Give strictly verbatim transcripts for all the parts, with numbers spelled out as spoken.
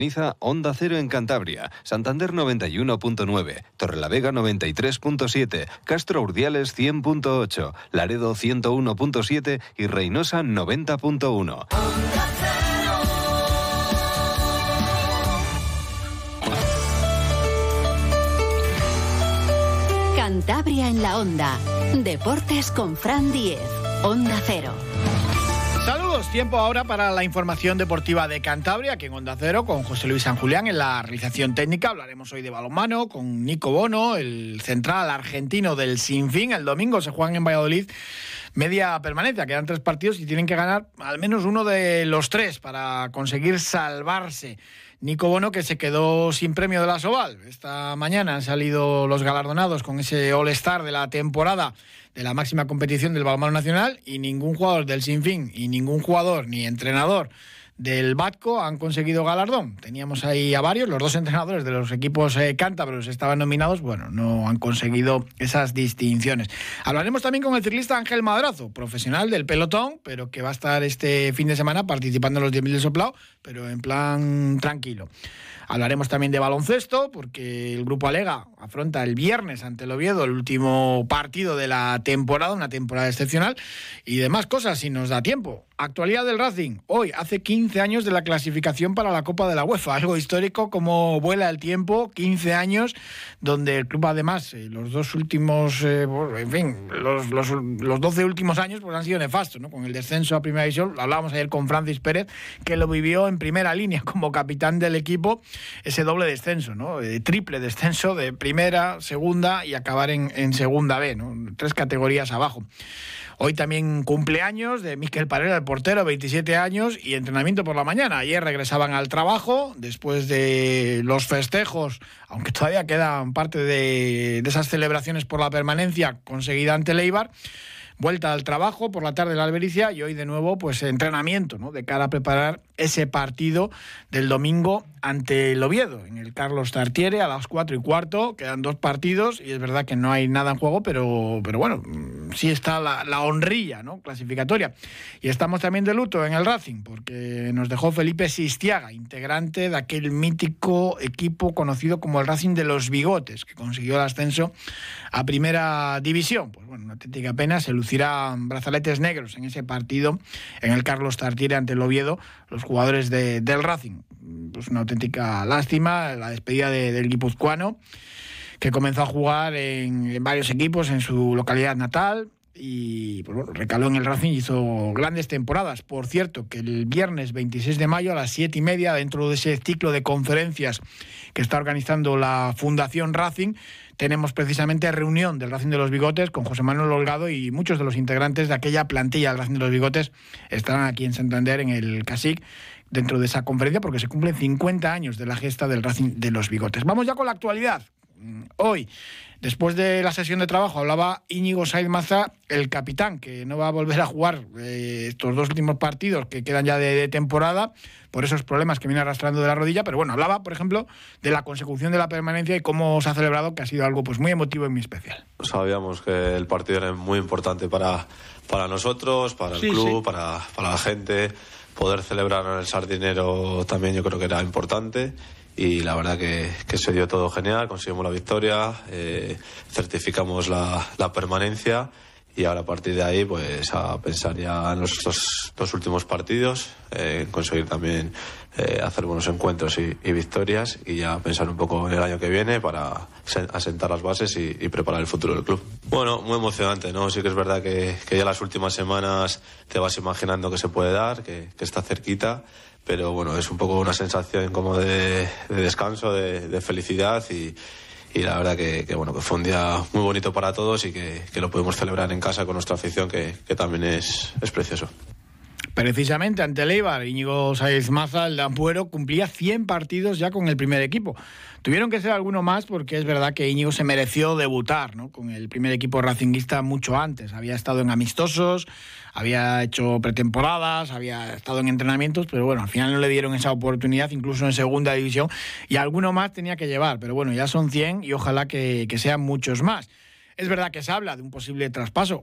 Niza Onda Cero en Cantabria, Santander noventa y uno punto nueve, Torrelavega noventa y tres punto siete, Castro Urdiales cien punto ocho, Laredo ciento uno punto siete y Reynosa noventa punto uno. Cantabria en la Onda. Deportes con Fran Diez. Onda Cero. Saludos, tiempo ahora para la información deportiva de Cantabria, aquí en Onda Cero, con José Luis San Julián en la realización técnica. Hablaremos hoy de balonmano con Nico Bono, el central argentino del Sinfín. El domingo se juegan en Valladolid media permanencia, quedan tres partidos y tienen que ganar al menos uno de los tres para conseguir salvarse. Nico Bono, que se quedó sin premio de la Soval. Esta mañana han salido los galardonados con ese All-Star de la temporada de la máxima competición del balonmano nacional, y ningún jugador del Sinfín y ningún jugador ni entrenador del Batco han conseguido galardón. Teníamos ahí a varios, los dos entrenadores de los equipos eh, cántabros estaban nominados, bueno, no han conseguido esas distinciones. Hablaremos también con el ciclista Ángel Madrazo, profesional del pelotón, pero que va a estar este fin de semana participando en los diez mil de Soplao, pero en plan tranquilo. Hablaremos también de baloncesto, porque el Grupo Alega afronta el viernes ante el Oviedo el último partido de la temporada, una temporada excepcional, y demás cosas si nos da tiempo. Actualidad del Racing. Hoy hace quince años de la clasificación para la Copa de la UEFA. Algo histórico, como vuela el tiempo. quince años donde el club, además, eh, los dos últimos, eh, en fin, los, los, los doce últimos años pues han sido nefastos, ¿no? Con el descenso a Primera División. Hablábamos ayer con Francis Pérez, que lo vivió en primera línea como capitán del equipo, ese doble descenso, ¿no? Eh, triple descenso de primera, segunda y acabar en, en segunda B, ¿no? Tres categorías abajo. Hoy también cumpleaños de Miquel Parera, el portero, veintisiete años, y entrenamiento por la mañana. Ayer regresaban al trabajo después de los festejos, aunque todavía quedan parte de, de esas celebraciones por la permanencia conseguida ante el Eibar. Vuelta al trabajo por la tarde en la Albericia, y hoy de nuevo pues entrenamiento, ¿no? De cara a preparar ese partido del domingo ante el Oviedo, en el Carlos Tartiere a las cuatro y cuarto. Quedan dos partidos y es verdad que no hay nada en juego, pero, pero bueno, sí está la, la honrilla, ¿no? Clasificatoria. Y estamos también de luto en el Racing, porque nos dejó Felipe Sistiaga, integrante de aquel mítico equipo conocido como el Racing de los Bigotes, que consiguió el ascenso a Primera División. Pues bueno, una auténtica pena. Se lucirán brazaletes negros en ese partido en el Carlos Tartiere ante el Oviedo, los jugadores de, del Racing. Pues una auténtica lástima la despedida de, del guipuzcoano, que comenzó a jugar en, en varios equipos en su localidad natal y pues bueno, recaló en el Racing y hizo grandes temporadas. Por cierto, que el viernes veintiséis de mayo a las siete y media, dentro de ese ciclo de conferencias que está organizando la Fundación Racing, tenemos precisamente reunión del Racing de los Bigotes con José Manuel Holgado, y muchos de los integrantes de aquella plantilla del Racing de los Bigotes estarán aquí en Santander, en el Casic, dentro de esa conferencia, porque se cumplen cincuenta años de la gesta del Racing de los Bigotes. Vamos ya con la actualidad. Hoy, después de la sesión de trabajo, hablaba Íñigo Saiz Mazá, el capitán, que no va a volver a jugar eh, estos dos últimos partidos que quedan ya de, de temporada por esos problemas que viene arrastrando de la rodilla. Pero bueno, hablaba, por ejemplo, de la consecución de la permanencia y cómo se ha celebrado, que ha sido algo pues muy emotivo y muy especial. Sabíamos que el partido era muy importante para, para nosotros, para el sí, club, sí. Para, para la gente. Poder celebrar en el Sardinero también yo creo que era importante. Y la verdad que, que se dio todo genial, conseguimos la victoria, eh, certificamos la, la permanencia, y ahora a partir de ahí pues a pensar ya en los dos, dos últimos partidos, eh, en conseguir también eh, hacer buenos encuentros y, y victorias, y ya pensar un poco en el año que viene para asentar las bases y, y preparar el futuro del club. Bueno, muy emocionante, ¿no? Sí que es verdad que, que ya las últimas semanas te vas imaginando que se puede dar, que, que está cerquita. Pero bueno, es un poco una sensación como de, de descanso, de, de felicidad, y, y la verdad que, que bueno, que fue un día muy bonito para todos, y que, que lo pudimos celebrar en casa con nuestra afición, que, que también es, es precioso. Precisamente ante el Eibar, Íñigo Saiz Mazá, el de Ampuero, cumplía cien partidos ya con el primer equipo. Tuvieron que ser alguno más, porque es verdad que Íñigo se mereció debutar, ¿no?, con el primer equipo racinguista mucho antes. Había estado en amistosos, había hecho pretemporadas, había estado en entrenamientos, pero bueno, al final no le dieron esa oportunidad, incluso en segunda división, y alguno más tenía que llevar. Pero bueno, ya son cien y ojalá que, que sean muchos más. Es verdad que se habla de un posible traspaso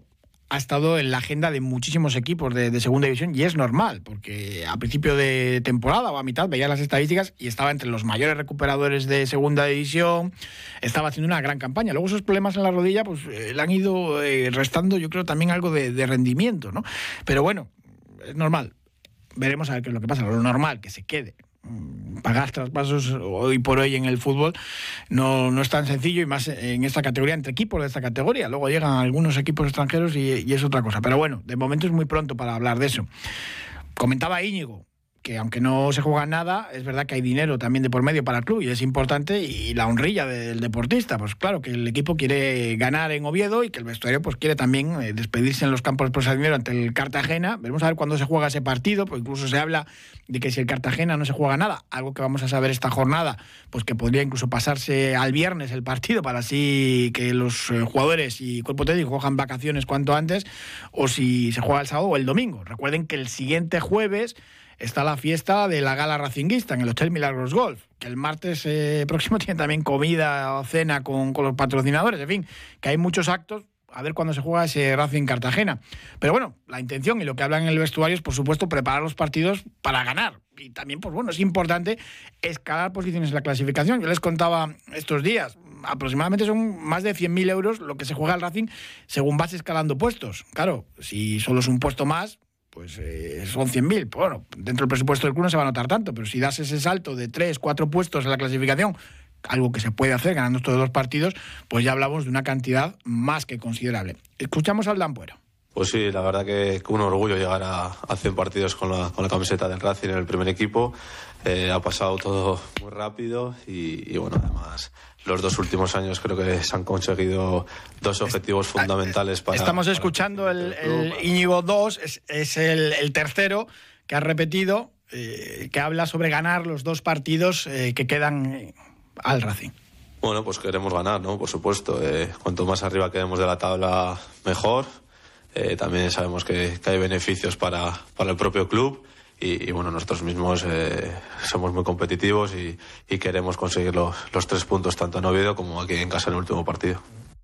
ha estado en la agenda de muchísimos equipos de, de segunda división, y es normal, porque a principio de temporada o a mitad veía las estadísticas y estaba entre los mayores recuperadores de segunda división, estaba haciendo una gran campaña. Luego esos problemas en la rodilla pues eh, le han ido eh, restando, yo creo, también algo de, de rendimiento, ¿no? Pero bueno, es normal. Veremos a ver qué es lo que pasa. Lo normal, que se quede. Pagar traspasos hoy por hoy en el fútbol no, no es tan sencillo, y más en esta categoría, entre equipos de esta categoría. Luego llegan algunos equipos extranjeros y, y es otra cosa. Pero bueno, de momento es muy pronto para hablar de eso. Comentaba Íñigo que aunque no se juega nada, es verdad que hay dinero también de por medio para el club y es importante, y la honrilla del deportista. Pues claro, que el equipo quiere ganar en Oviedo y que el vestuario pues quiere también eh, despedirse en los campos por ese dinero ante el Cartagena. Veremos a ver cuándo se juega ese partido, pues incluso se habla de que si el Cartagena no se juega nada, algo que vamos a saber esta jornada, pues que podría incluso pasarse al viernes el partido, para así que los eh, jugadores y cuerpo técnico cojan vacaciones cuanto antes, o si se juega el sábado o el domingo. Recuerden que el siguiente jueves está la fiesta de la gala racinguista en el Hotel Milagros Golf, que el martes eh, próximo tiene también comida o cena con, con los patrocinadores. En fin, que hay muchos actos. A ver cuándo se juega ese Racing Cartagena. Pero bueno, la intención y lo que hablan en el vestuario es, por supuesto, preparar los partidos para ganar. Y también, pues bueno, es importante escalar posiciones en la clasificación. Yo les contaba estos días, aproximadamente son más de cien mil euros lo que se juega al Racing según vas escalando puestos. Claro, si solo es un puesto más, pues eh, son cien mil. Bueno, dentro del presupuesto del club no se va a notar tanto, pero si das ese salto de tres, cuatro puestos en la clasificación, algo que se puede hacer ganando estos dos partidos, pues ya hablamos de una cantidad más que considerable. Escuchamos al Dampuero. Pues sí, la verdad que, que un orgullo llegar a, a cien partidos con la, con la camiseta del Racing en el primer equipo. Eh, ha pasado todo muy rápido y, y bueno, además los dos últimos años creo que se han conseguido dos objetivos fundamentales para... Estamos escuchando para el, el, el Íñigo dos, es, es el, el tercero que ha repetido, eh, que habla sobre ganar los dos partidos eh, que quedan eh, al Racing. Bueno, pues queremos ganar, ¿no? Por supuesto. Eh, cuanto más arriba quedemos de la tabla, mejor. Eh, también sabemos que, que hay beneficios para, para el propio club. Y, y bueno, nosotros mismos eh, somos muy competitivos y, y queremos conseguir los, los tres puntos tanto en Oviedo como aquí en casa en el último partido.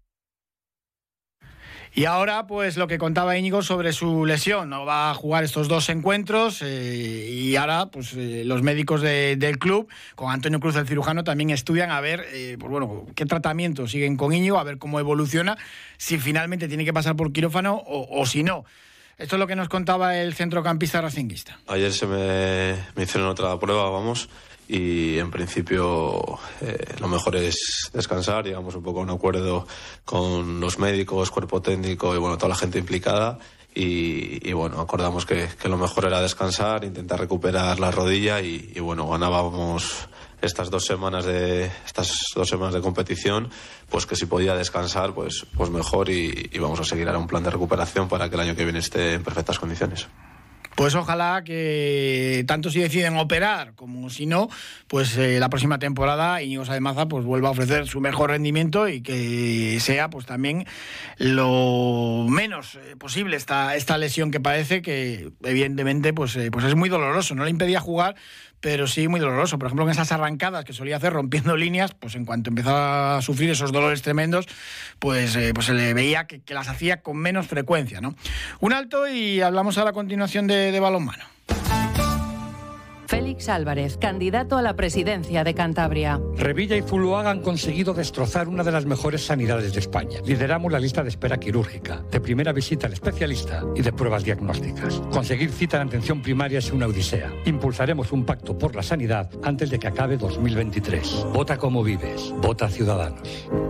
Y ahora, pues lo que contaba Íñigo sobre su lesión, no va a jugar estos dos encuentros eh, y ahora, pues eh, los médicos de, del club, con Antonio Cruz, el cirujano, también estudian a ver, eh, pues bueno, qué tratamiento siguen con Íñigo, a ver cómo evoluciona, si finalmente tiene que pasar por quirófano o, o si no. Esto es lo que nos contaba el centrocampista racinguista. Ayer se me, me hicieron otra prueba, vamos, y en principio eh, lo mejor es descansar, llegamos un poco a un acuerdo con los médicos, cuerpo técnico y bueno, toda la gente implicada. Y, y bueno, acordamos que, que lo mejor era descansar, intentar recuperar la rodilla y, y bueno, ganábamos estas dos semanas de estas dos semanas de competición, pues que si podía descansar, pues pues mejor y, y vamos a seguir ahora un plan de recuperación para que el año que viene esté en perfectas condiciones. Pues ojalá que tanto si deciden operar como si no, pues eh, la próxima temporada Íñigo Sáez Maza pues vuelva a ofrecer su mejor rendimiento y que sea pues también lo menos eh, posible esta, esta lesión que parece que evidentemente pues, eh, pues es muy doloroso, no le impedía jugar, pero sí muy doloroso. Por ejemplo, en esas arrancadas que solía hacer rompiendo líneas, pues en cuanto empezaba a sufrir esos dolores tremendos, pues, eh, pues se le veía que, que las hacía con menos frecuencia, ¿no? Un alto y hablamos ahora a continuación de, de balonmano. Félix Álvarez, candidato a la presidencia de Cantabria. Revilla y Zuloaga han conseguido destrozar una de las mejores sanidades de España. Lideramos la lista de espera quirúrgica, de primera visita al especialista y de pruebas diagnósticas. Conseguir cita en atención primaria es una odisea. Impulsaremos un pacto por la sanidad antes de que acabe dos mil veintitrés. Vota como vives. Vota Ciudadanos.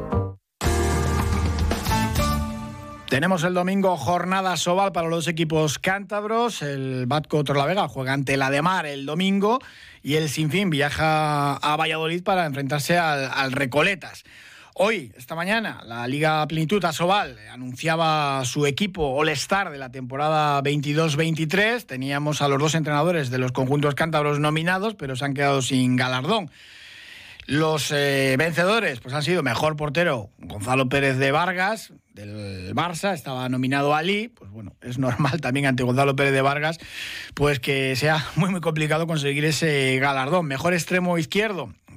Tenemos el domingo jornada Sobal para los dos equipos cántabros. El Batco Torlavega juega ante la de Mar el domingo y el Sinfín viaja a Valladolid para enfrentarse al, al Recoletas. Hoy, esta mañana, la Liga Plenitud Asobal anunciaba su equipo All-Star de la temporada veintidós veintitrés. Teníamos a los dos entrenadores de los conjuntos cántabros nominados, pero se han quedado sin galardón. Los eh, vencedores pues han sido mejor portero Gonzalo Pérez de Vargas, del Barça, estaba nominado Ali, pues bueno, es normal también ante Gonzalo Pérez de Vargas, pues que sea muy muy complicado conseguir ese galardón. Mejor extremo izquierdo,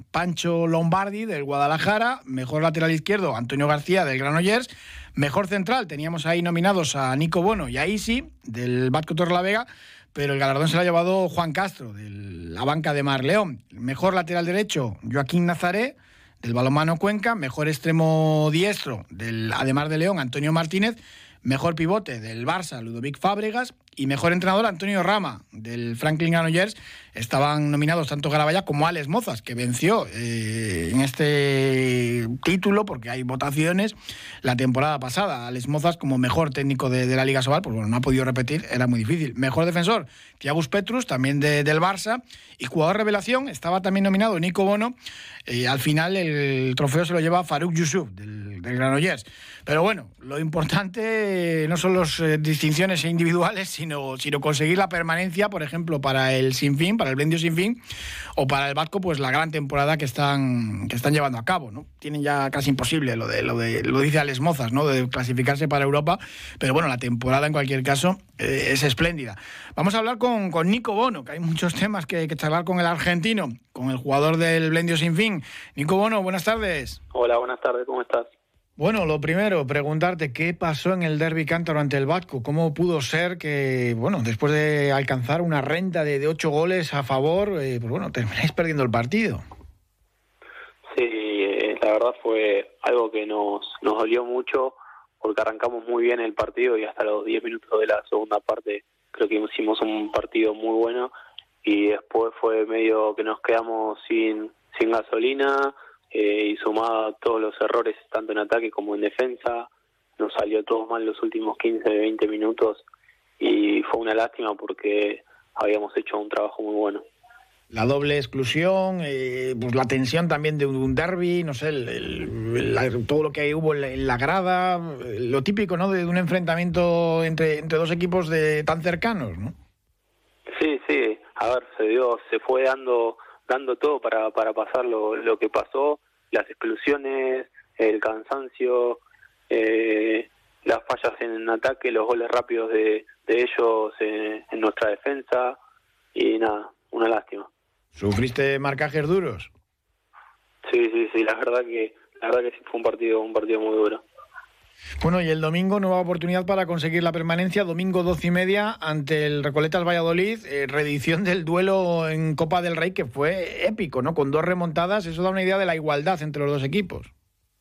Pancho Lombardi del Guadalajara, mejor lateral izquierdo Antonio García del Granollers, mejor central teníamos ahí nominados a Nico Bono y a Isi del Batco Torrelavega, pero el galardón se lo ha llevado Juan Castro de la banca de Mar León. Mejor lateral derecho Joaquín Nazaré del Balonmano Cuenca, mejor extremo diestro del Ademar de León Antonio Martínez, mejor pivote del Barça Ludovic Fábregas y mejor entrenador Antonio Rama del Franklin Granollers. Estaban nominados tanto Garabaya como Alex Mozas, que venció eh, en este título, porque hay votaciones, la temporada pasada. Alex Mozas como mejor técnico de, de la Liga Sobal, pues bueno, no ha podido repetir, era muy difícil. Mejor defensor Thiagus Petrus, también de, del Barça, y jugador revelación estaba también nominado Nico Bono. Eh, al final el trofeo se lo lleva Farouk Yusuf del, del Granollers. Pero bueno, lo importante no son las eh, distinciones individuales, sino, sino conseguir la permanencia, por ejemplo, para el Sinfín, para el Blendio Sinfín, o para el Batco, pues la gran temporada que están, que están llevando a cabo, ¿no? Tienen ya casi imposible lo de lo de lo dice Alex Mozas, ¿no? De clasificarse para Europa, pero bueno, la temporada en cualquier caso eh, es espléndida. Vamos a hablar con, con Nico Bono, que hay muchos temas que, que charlar con el argentino, con el jugador del Blendio Sinfín. Nico Bono, buenas tardes. Hola, buenas tardes, ¿cómo estás? Bueno, lo primero, preguntarte qué pasó en el derbi cántabro ante el Batco. ¿Cómo pudo ser que, bueno, después de alcanzar una renta de, de ocho goles a favor, eh, pues bueno, termináis perdiendo el partido? Sí, eh, la verdad fue algo que nos, nos dolió mucho, porque arrancamos muy bien el partido y hasta los diez minutos de la segunda parte creo que hicimos un partido muy bueno, y después fue medio que nos quedamos sin, sin gasolina. Eh, y sumado a todos los errores tanto en ataque como en defensa, nos salió todo mal los últimos quince, veinte minutos, y fue una lástima porque habíamos hecho un trabajo muy bueno. La doble exclusión, eh, pues la tensión también de un, un derbi, no sé, el, el, la, todo lo que hubo en la, en la grada, lo típico, ¿no?, de un enfrentamiento entre, entre dos equipos de tan cercanos, ¿no? Sí, sí, a ver, se dio, se fue dando dando todo para para pasar lo, lo que pasó, las exclusiones, el cansancio, eh, las fallas en ataque, los goles rápidos de, de ellos en, en nuestra defensa, y nada, una lástima. ¿Sufriste marcajes duros? Sí, sí, sí, la verdad que la verdad que sí fue un partido un partido muy duro. Bueno, y el domingo nueva oportunidad para conseguir la permanencia, domingo doce y media ante el Recoletas Valladolid, eh, reedición del duelo en Copa del Rey, que fue épico, ¿no? Con dos remontadas, eso da una idea de la igualdad entre los dos equipos.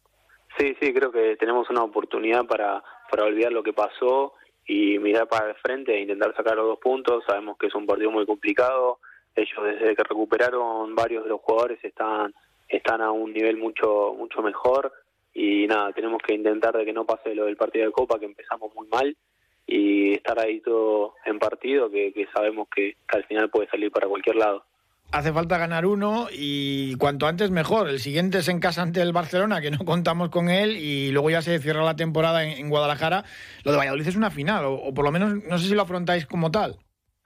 Sí, sí, creo que tenemos una oportunidad para, para olvidar lo que pasó y mirar para el frente e intentar sacar los dos puntos. Sabemos que es un partido muy complicado, ellos desde que recuperaron varios de los jugadores están, están a un nivel mucho, mucho mejor. Y nada, tenemos que intentar de que no pase lo del partido de Copa, que empezamos muy mal, y estar ahí todo en partido, que, que sabemos que, que al final puede salir para cualquier lado. Hace falta ganar uno y cuanto antes mejor. El siguiente es en casa ante el Barcelona, que no contamos con él, y luego ya se cierra la temporada en, en Guadalajara. Lo de Valladolid es una final, o, o por lo menos no sé si lo afrontáis como tal.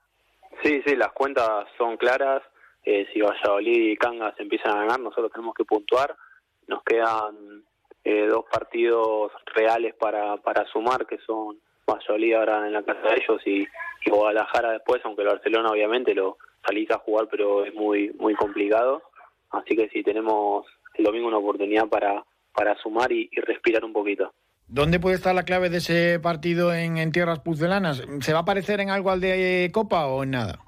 Sí, sí, las cuentas son claras. Eh, si Valladolid y Cangas empiezan a ganar, nosotros tenemos que puntuar. Nos quedan Eh, dos partidos reales para para sumar, que son Valladolid ahora en la casa de ellos y, y Guadalajara después, aunque el Barcelona obviamente lo salís a jugar, pero es muy muy complicado. Así que sí, tenemos el domingo una oportunidad para para sumar y, y respirar un poquito. ¿Dónde puede estar la clave de ese partido en, en tierras pucelanas? ¿Se va a parecer en algo al de Copa o en nada?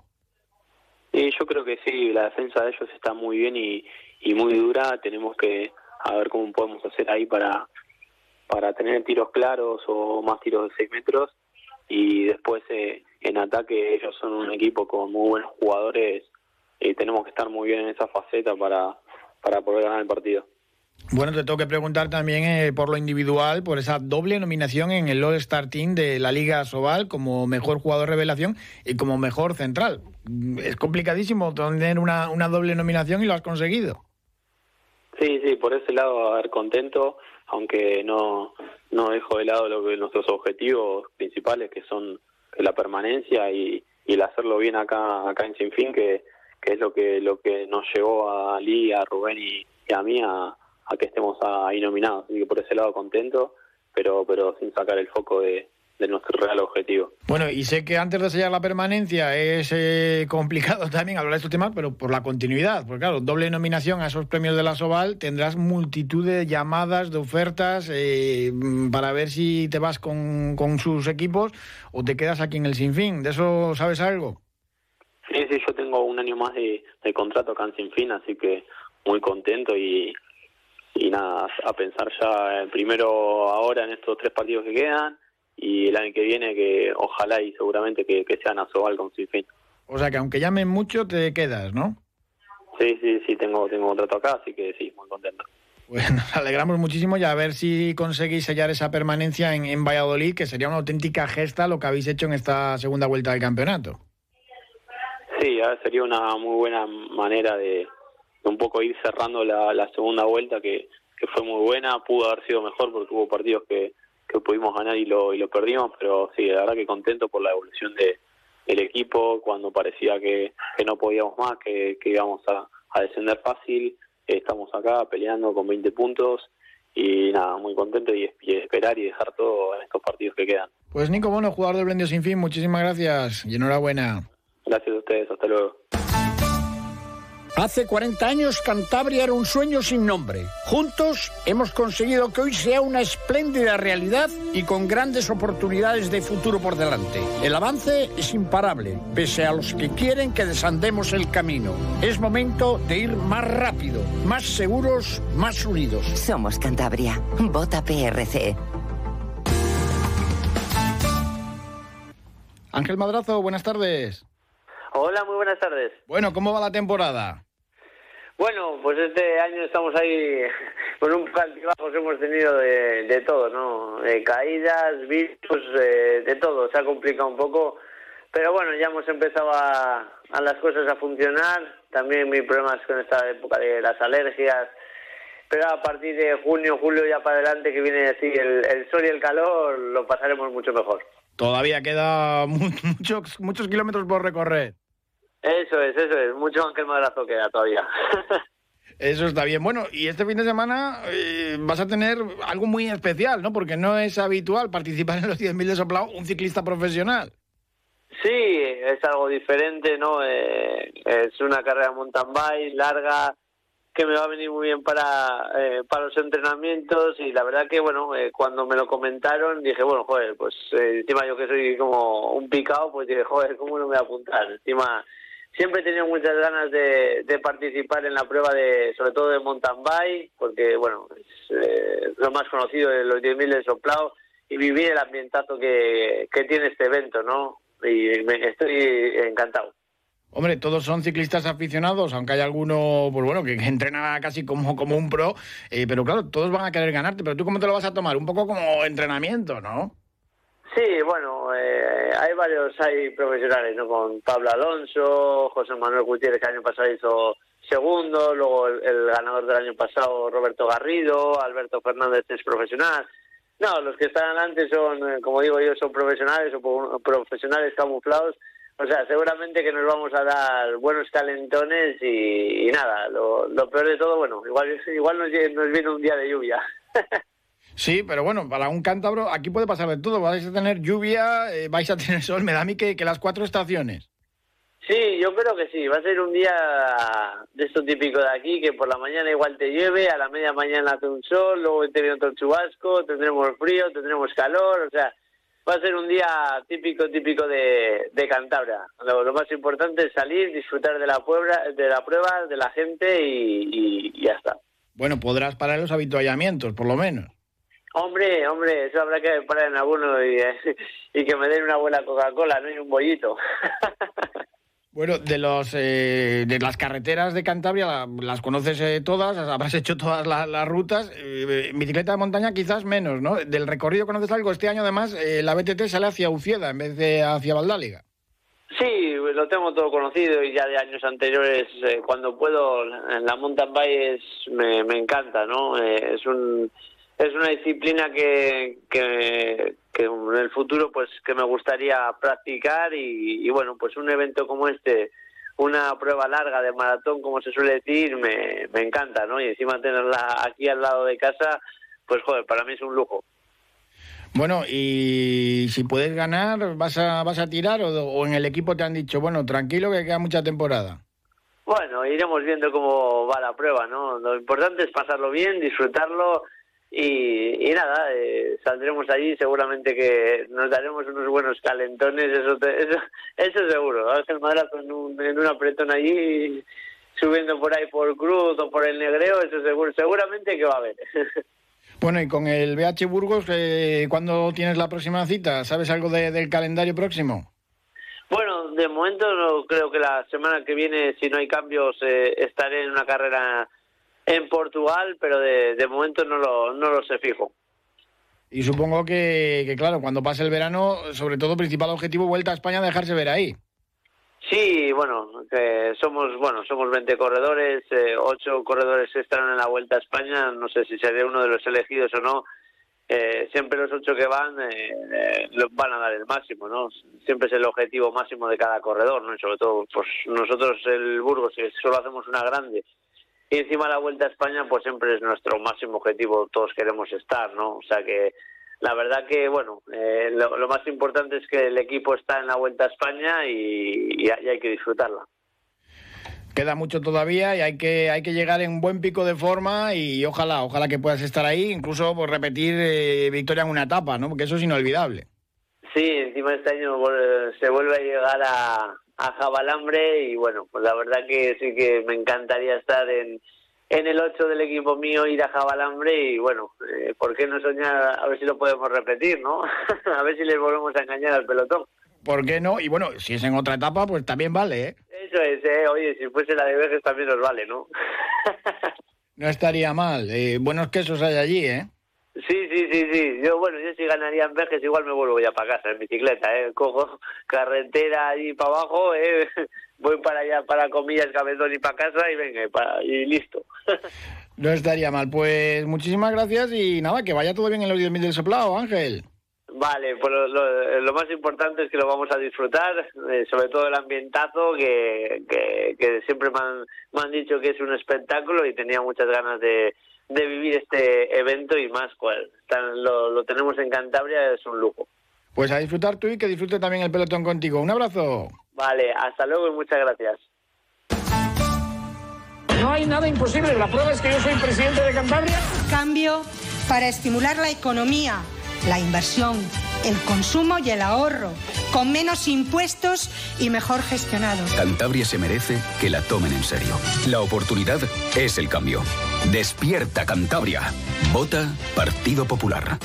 Y yo creo que sí, la defensa de ellos está muy bien y, y muy dura. Tenemos que a ver cómo podemos hacer ahí para para tener tiros claros o más tiros de seis metros, y después eh, en ataque ellos son un equipo con muy buenos jugadores y tenemos que estar muy bien en esa faceta para, para poder ganar el partido. Bueno, te tengo que preguntar también eh, por lo individual, por esa doble nominación en el All-Star Team de la Liga Sobal como mejor jugador revelación y como mejor central. Es complicadísimo tener una, una doble nominación y lo has conseguido. Sí, sí, por ese lado, a ver, contento, aunque no no dejo de lado lo que nuestros objetivos principales, que son la permanencia y, y el hacerlo bien acá acá en Sinfín, que, que es lo que lo que nos llevó a Lee, a Rubén y, y a mí a, a que estemos ahí nominados. Así que por ese lado contento, pero pero sin sacar el foco de, de nuestro real objetivo. Bueno, y sé que antes de sellar la permanencia es eh, complicado también hablar de estos temas, pero por la continuidad, porque claro, doble nominación a esos premios de la Asobal, tendrás multitud de llamadas, de ofertas, eh, para ver si te vas con, con sus equipos o te quedas aquí en el Sinfín. ¿De eso sabes algo? Sí, sí, yo tengo un año más de, de contrato acá en Sinfín, así que muy contento y, y nada, a pensar ya primero ahora en estos tres partidos que quedan, y el año que viene que ojalá y seguramente que, que sean Asobal con Sinfín. O sea que aunque llamen mucho te quedas, ¿no? Sí, sí, sí, tengo tengo contrato acá, así que sí, muy contento. Pues nos alegramos muchísimo y a ver si conseguís sellar esa permanencia en, en Valladolid, que sería una auténtica gesta lo que habéis hecho en esta segunda vuelta del campeonato. Sí, a ver, sería una muy buena manera de, de un poco ir cerrando la, la segunda vuelta, que, que fue muy buena, pudo haber sido mejor porque hubo partidos que que pudimos ganar y lo y lo perdimos, pero sí, la verdad que contento por la evolución de del equipo, cuando parecía que, que no podíamos más, que, que íbamos a, a descender fácil, estamos acá peleando con veinte puntos y nada, muy contento y, y esperar y dejar todo en estos partidos que quedan. Pues Nico Bono, jugador del Blendio Sinfín, muchísimas gracias y enhorabuena. Gracias a ustedes, hasta luego. Hace cuarenta años Cantabria era un sueño sin nombre. Juntos hemos conseguido que hoy sea una espléndida realidad y con grandes oportunidades de futuro por delante. El avance es imparable, pese a los que quieren que desandemos el camino. Es momento de ir más rápido, más seguros, más unidos. Somos Cantabria. Vota P R C. Ángel Madrazo, buenas tardes. Hola, muy buenas tardes. Bueno, ¿cómo va la temporada? Bueno, pues este año estamos ahí con un altibajos, hemos tenido de, de todo, ¿no? De caídas, virus, eh, de todo, se ha complicado un poco, pero bueno, ya hemos empezado a, a las cosas a funcionar, también mis problemas con esta época de las alergias, pero a partir de junio, julio ya para adelante que viene así el, el sol y el calor, lo pasaremos mucho mejor. Todavía queda muchos, muchos kilómetros por recorrer. Eso es, eso es. Mucho Ángel Madrazo queda todavía. Eso está bien. Bueno, y este fin de semana eh, vas a tener algo muy especial, ¿no? Porque no es habitual participar en los diez mil de Soplao un ciclista profesional. Sí, es algo diferente, ¿no? Eh, es una carrera mountain bike larga que me va a venir muy bien para eh, para los entrenamientos y la verdad que, bueno, eh, cuando me lo comentaron dije, bueno, joder, pues eh, encima yo que soy como un picado, pues dije, joder, ¿cómo no me voy a apuntar? Encima siempre he tenido muchas ganas de, de participar en la prueba, de sobre todo de mountain bike, porque, bueno, es eh, lo más conocido de los diez mil de Soplao y vivir el ambientazo que, que tiene este evento, ¿no? Y me, estoy encantado. Hombre, todos son ciclistas aficionados, aunque hay alguno, pues bueno, que, que entrena casi como, como un pro, eh, pero claro, todos van a querer ganarte, pero ¿tú cómo te lo vas a tomar? Un poco como entrenamiento, ¿no? Sí, bueno, eh, hay varios, hay profesionales, ¿no? Con Pablo Alonso, José Manuel Gutiérrez, que el año pasado hizo segundo, luego el, el ganador del año pasado, Roberto Garrido, Alberto Fernández es profesional. No, los que están adelante son, como digo yo, son profesionales o profesionales camuflados. O sea, seguramente que nos vamos a dar buenos calentones y, y nada, lo, lo peor de todo, bueno, igual igual nos, nos viene un día de lluvia. Sí, pero bueno, para un cántabro aquí puede pasar de todo. Vais a tener lluvia, eh, vais a tener sol, me da a mí que, que las cuatro estaciones. Sí, yo creo que sí, va a ser un día de esto típico de aquí, que por la mañana igual te llueve, a la media mañana hace un sol, luego te viene otro chubasco, tendremos frío, tendremos calor, o sea, va a ser un día típico, típico de, de Cantabria. Lo, lo más importante es salir, disfrutar de la prueba, de la prueba, de la gente y, y, y ya está. Bueno, podrás parar los habituallamientos, por lo menos. Hombre, hombre, eso habrá que parar en alguno y, y que me den una buena Coca-Cola, ¿no? Y un bollito. Bueno, de los eh, de las carreteras de Cantabria, las conoces eh, todas, habrás hecho todas la, las rutas. Eh, en bicicleta de montaña quizás menos, ¿no? Del recorrido conoces algo. Este año además eh, la B T T sale hacia Ucieda en vez de hacia Valdáliga. Sí, lo tengo todo conocido y ya de años anteriores, eh, cuando puedo, en la mountain bike es, me, me encanta, ¿no? Eh, es un es una disciplina que, que que en el futuro pues que me gustaría practicar y, y bueno, pues un evento como este, una prueba larga de maratón, como se suele decir, me, me encanta, ¿no? Y encima tenerla aquí al lado de casa, pues joder, para mí es un lujo. Bueno, y si puedes ganar, ¿vas a, vas a tirar o, o en el equipo te han dicho, bueno, tranquilo que queda mucha temporada? Bueno, iremos viendo cómo va la prueba, ¿no? Lo importante es pasarlo bien, disfrutarlo y, y nada, eh, saldremos allí, seguramente que nos daremos unos buenos calentones, eso te, eso, eso seguro. Ángel Madrazo en un, en un apretón allí, subiendo por ahí por Cruz o por el Negreo, eso seguro, seguramente que va a haber. Bueno, y con el B H Burgos, eh, ¿cuándo tienes la próxima cita? ¿Sabes algo de, del calendario próximo? Bueno, de momento no, creo que la semana que viene, si no hay cambios, eh, estaré en una carrera en Portugal, pero de, de momento no lo, no lo sé fijo. Y supongo que, que, claro, cuando pase el verano, sobre todo, principal objetivo, vuelta a España, dejarse ver ahí. Sí, bueno, que somos bueno somos veinte corredores, eh, ocho corredores estarán en la Vuelta a España, no sé si seré uno de los elegidos o no. Eh, siempre los ocho que van eh, eh, van a dar el máximo, ¿no? Siempre es el objetivo máximo de cada corredor, ¿no? Y sobre todo, pues nosotros el Burgos, que solo hacemos una grande, y encima la Vuelta a España, pues siempre es nuestro máximo objetivo, todos queremos estar, ¿no? O sea que la verdad que, bueno, eh, lo, lo más importante es que el equipo está en la Vuelta a España y, y, y hay que disfrutarla. Queda mucho todavía y hay que hay que llegar en buen pico de forma y ojalá, ojalá que puedas estar ahí, incluso por repetir eh, victoria en una etapa, ¿no? Porque eso es inolvidable. Sí, encima este año se vuelve a llegar a, a Jabalambre y bueno, pues la verdad que sí que me encantaría estar en, en el ocho del equipo mío, ir a Jabalambre y bueno, eh, ¿por qué no soñar a ver si lo podemos repetir, ¿no? A ver si les volvemos a engañar al pelotón. ¿Por qué no? Y bueno, si es en otra etapa, pues también vale, ¿eh? Eso es, ¿eh? Oye, si fuese la de Vejes también nos vale, ¿no? No estaría mal. Eh, buenos quesos hay allí, ¿eh? Sí, sí, sí, sí. Yo, bueno, yo si ganaría en Vejes igual me vuelvo ya para casa en bicicleta, ¿eh? Cojo carretera allí para abajo, ¿eh? Voy para allá, para Comillas, Cabezón y para casa y venga, y, para, y listo. No estaría mal. Pues muchísimas gracias y nada, que vaya todo bien en los diez mil del Soplao, Ángel. Vale, pues lo, lo, lo más importante es que lo vamos a disfrutar, eh, sobre todo el ambientazo, que, que, que siempre me han, me han dicho que es un espectáculo y tenía muchas ganas de, de vivir este evento y más, pues, tan, lo, lo tenemos en Cantabria, es un lujo. Pues a disfrutar tú y que disfrute también el pelotón contigo. Un abrazo. Vale, hasta luego y muchas gracias. No hay nada imposible, la prueba es que yo soy presidente de Cantabria. Cambio para estimular la economía, la inversión, el consumo y el ahorro, con menos impuestos y mejor gestionados. Cantabria se merece que la tomen en serio. La oportunidad es el cambio. Despierta Cantabria. Vota Partido Popular.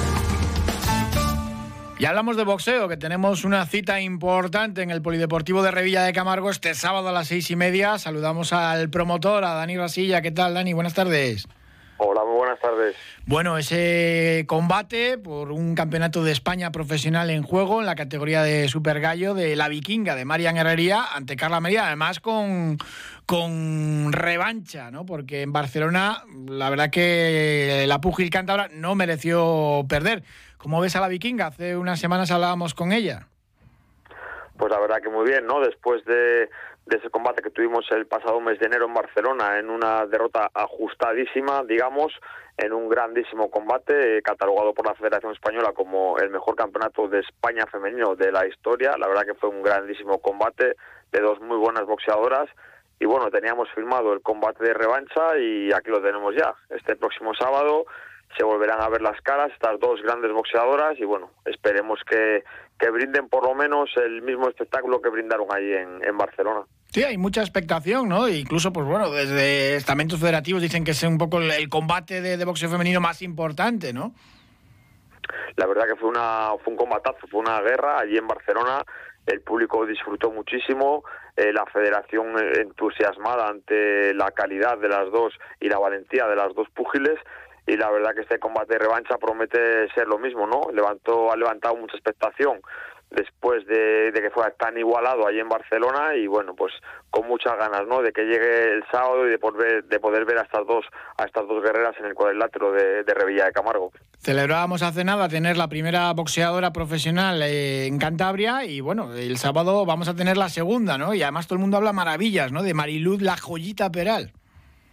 Y hablamos de boxeo, que tenemos una cita importante en el Polideportivo de Revilla de Camargo este sábado a las seis y media. Saludamos al promotor, a Dani Rasilla. ¿Qué tal, Dani? Buenas tardes. Hola, muy buenas tardes. Bueno, ese combate por un campeonato de España profesional en juego en la categoría de Super Gallo de la Vikinga de Marian Herrería ante Carla Merida, además con, con revancha, ¿no? Porque en Barcelona la verdad que la púgil cántabra no mereció perder. ¿Cómo ves a la Vikinga? Hace unas semanas hablábamos con ella. Pues la verdad que muy bien, ¿no? Después de, de ese combate que tuvimos el pasado mes de enero en Barcelona, en una derrota ajustadísima, digamos, en un grandísimo combate, eh, catalogado por la Federación Española como el mejor campeonato de España femenino de la historia. La verdad que fue un grandísimo combate de dos muy buenas boxeadoras. Y bueno, teníamos firmado el combate de revancha y aquí lo tenemos ya. Este próximo sábado se volverán a ver las caras estas dos grandes boxeadoras y bueno, esperemos que, que brinden por lo menos el mismo espectáculo que brindaron allí en, en Barcelona. Sí, hay mucha expectación, ¿no? E incluso, pues bueno, desde estamentos federativos dicen que es un poco el, el combate de, de boxeo femenino más importante, ¿no? La verdad que fue una fue un combatazo, fue una guerra allí en Barcelona. El público disfrutó muchísimo, eh, la federación entusiasmada ante la calidad de las dos y la valentía de las dos púgiles. Y la verdad que este combate de revancha promete ser lo mismo, ¿no? Levantó, ha levantado mucha expectación después de, de que fuera tan igualado allí en Barcelona y bueno, pues con muchas ganas, ¿no? De que llegue el sábado y de poder, de poder ver a estas dos a estas dos guerreras en el cuadrilátero de, de Revilla de Camargo. Celebrábamos hace nada tener la primera boxeadora profesional eh, en Cantabria y bueno, el sábado vamos a tener la segunda, ¿no? Y además todo el mundo habla maravillas, ¿no? De Mariluz La Joyita Peral. Pues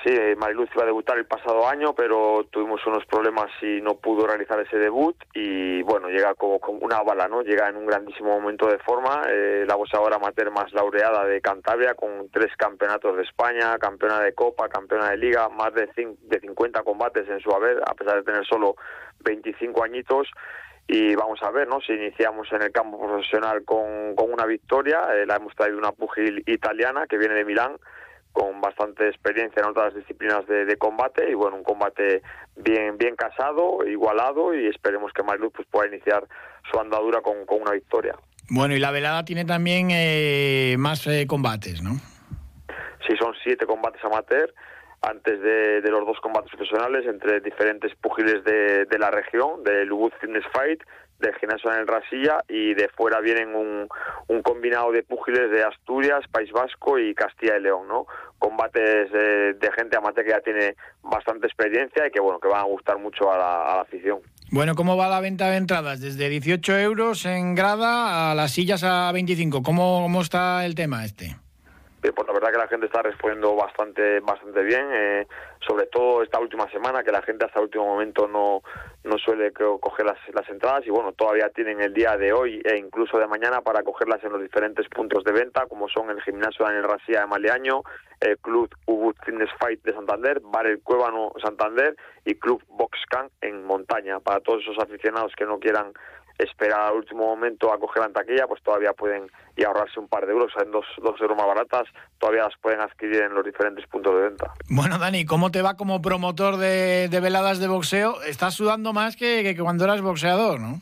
Sí, Mariluz iba a debutar el pasado año, pero tuvimos unos problemas y no pudo realizar ese debut y bueno, llega como, como una bala, ¿no? Llega en un grandísimo momento de forma, eh, la boxeadora amateur más laureada de Cantabria, con tres campeonatos de España, campeona de Copa, campeona de Liga, más de, cin- de cincuenta combates en su haber, a pesar de tener solo veinticinco añitos. Y vamos a ver, ¿no? Si iniciamos en el campo profesional con, con una victoria, eh, la hemos traído una púgil italiana que viene de Milán, con bastante experiencia en otras disciplinas de, de combate, y bueno, un combate bien bien casado, igualado, y esperemos que Mariluz pues pueda iniciar su andadura con, con una victoria. Bueno, y la velada tiene también eh, más eh, combates, ¿no? Sí, son siete combates amateur, antes de, de los dos combates profesionales, entre diferentes púgiles de, de la región, del Ubud Fitness Fight, del gimnasio en el Rasilla, y de fuera vienen un, un combinado de púgiles de Asturias, País Vasco y Castilla y León, ¿no? Combates eh, de gente amateur que ya tiene bastante experiencia y que bueno, que van a gustar mucho a la, a la afición. Bueno, ¿cómo va la venta de entradas? Desde dieciocho euros en grada a las sillas a veinticinco. ¿Cómo, cómo está el tema este? Pues la verdad que la gente está respondiendo bastante bastante bien, eh, sobre todo esta última semana, que la gente hasta el último momento no no suele coger las, las entradas, y bueno, todavía tienen el día de hoy e incluso de mañana para cogerlas en los diferentes puntos de venta, como son el gimnasio en el Rasía de Maleaño, el Club Ubud Fitness Fight de Santander, Bar El Cuébano Santander y Club Boxcan en Montaña. Para todos esos aficionados que no quieran esperar al último momento a coger la taquilla, pues todavía pueden y ahorrarse un par de euros, en dos, dos euros más baratas, todavía las pueden adquirir en los diferentes puntos de venta. Bueno, Dani, ¿cómo te va como promotor de, de veladas de boxeo? Estás sudando más que, que cuando eras boxeador, ¿no?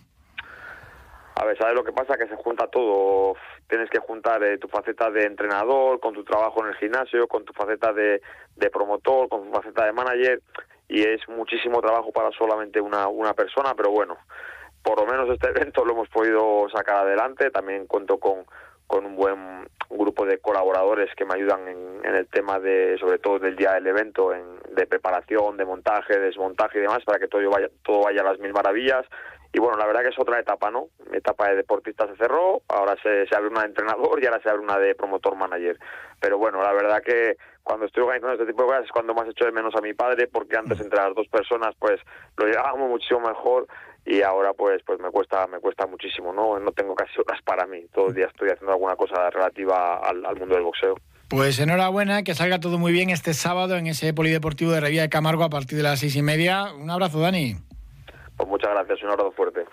A ver, ¿sabes lo que pasa? Que se junta todo. Tienes que juntar eh, tu faceta de entrenador con tu trabajo en el gimnasio, con tu faceta de, de promotor, con tu faceta de manager, y es muchísimo trabajo para solamente una, una persona, pero bueno, por lo menos este evento lo hemos podido sacar adelante. También cuento con, con un buen grupo de colaboradores que me ayudan en, en el tema de, sobre todo del día del evento, en, de preparación, de montaje, desmontaje y demás, para que todo vaya, todo vaya a las mil maravillas. Y bueno, la verdad que es otra etapa, ¿no? Mi etapa de deportista se cerró, ahora se, se abre una de entrenador y ahora se abre una de promotor manager. Pero bueno, la verdad que cuando estoy organizando este tipo de cosas es cuando más echo de menos a mi padre, porque antes entre las dos personas pues lo llevábamos muchísimo mejor, y ahora pues pues me cuesta me cuesta muchísimo, no no tengo casi horas para mí, todo el día estoy haciendo alguna cosa relativa al, al mundo del boxeo. Pues enhorabuena, que salga todo muy bien este sábado en ese polideportivo de Revilla de Camargo a partir de las seis y media. Un abrazo, Dani. Pues muchas gracias, un abrazo fuerte.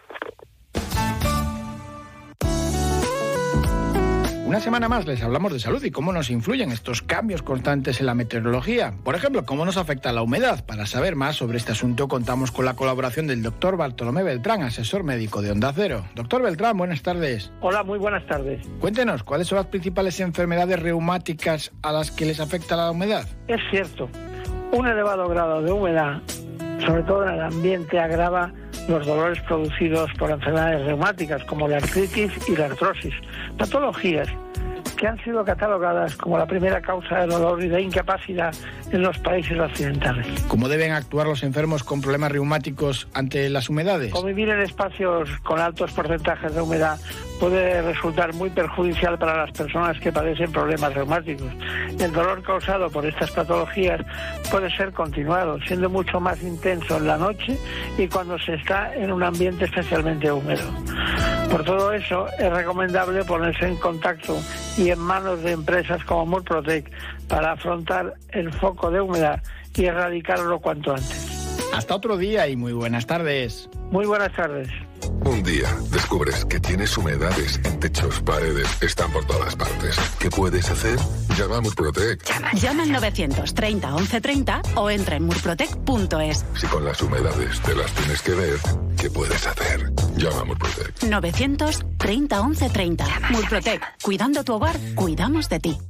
Una semana más les hablamos de salud y cómo nos influyen estos cambios constantes en la meteorología. Por ejemplo, cómo nos afecta la humedad. Para saber más sobre este asunto contamos con la colaboración del doctor Bartolomé Beltrán, asesor médico de Onda Cero. Doctor Beltrán, buenas tardes. Hola, muy buenas tardes. Cuéntenos, ¿cuáles son las principales enfermedades reumáticas a las que les afecta la humedad? Es cierto, un elevado grado de humedad, sobre todo en el ambiente, agrava los dolores producidos por enfermedades reumáticas como la artritis y la artrosis, patologías que han sido catalogadas como la primera causa de dolor y de incapacidad en los países occidentales. ¿Cómo deben actuar los enfermos con problemas reumáticos ante las humedades? Convivir en espacios con altos porcentajes de humedad puede resultar muy perjudicial para las personas que padecen problemas reumáticos. El dolor causado por estas patologías puede ser continuado, siendo mucho más intenso en la noche y cuando se está en un ambiente especialmente húmedo. Por todo eso, es recomendable ponerse en contacto y en manos de empresas como Murprotec para afrontar el foco de humedad y erradicarlo cuanto antes. Hasta otro día y muy buenas tardes. Muy buenas tardes. Un día descubres que tienes humedades en techos, paredes, están por todas partes. ¿Qué puedes hacer? Llama a Murprotec. Llama al novecientos treinta once treinta o entra en murprotec punto es. Si con las humedades te las tienes que ver, ¿qué puedes hacer? Llama a Murprotec. novecientos treinta once treinta. Murprotec. Cuidando tu hogar, cuidamos de ti.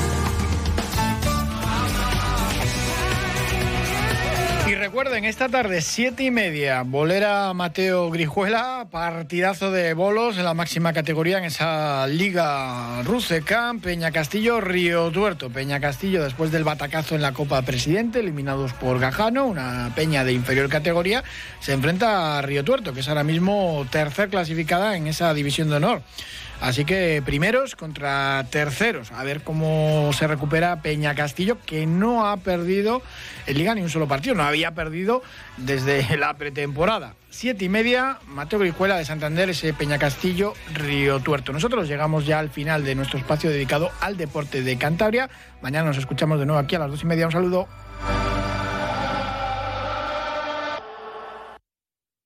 Y recuerden, esta tarde, siete y media, Bolera Mateo Grijuela, partidazo de bolos en la máxima categoría en esa Liga Rusecam, Peña Castillo, Río Tuerto. Peña Castillo, después del batacazo en la Copa Presidente, eliminados por Gajano, una peña de inferior categoría, se enfrenta a Río Tuerto, que es ahora mismo tercer clasificada en esa división de honor. Así que primeros contra terceros. A ver cómo se recupera Peñacastillo, que no ha perdido en Liga ni un solo partido. No había perdido desde la pretemporada. Siete y media, Mateo Brizuela de Santander, ese Peñacastillo Río Tuerto. Nosotros llegamos ya al final de nuestro espacio dedicado al deporte de Cantabria. Mañana nos escuchamos de nuevo aquí a las dos y media. Un saludo.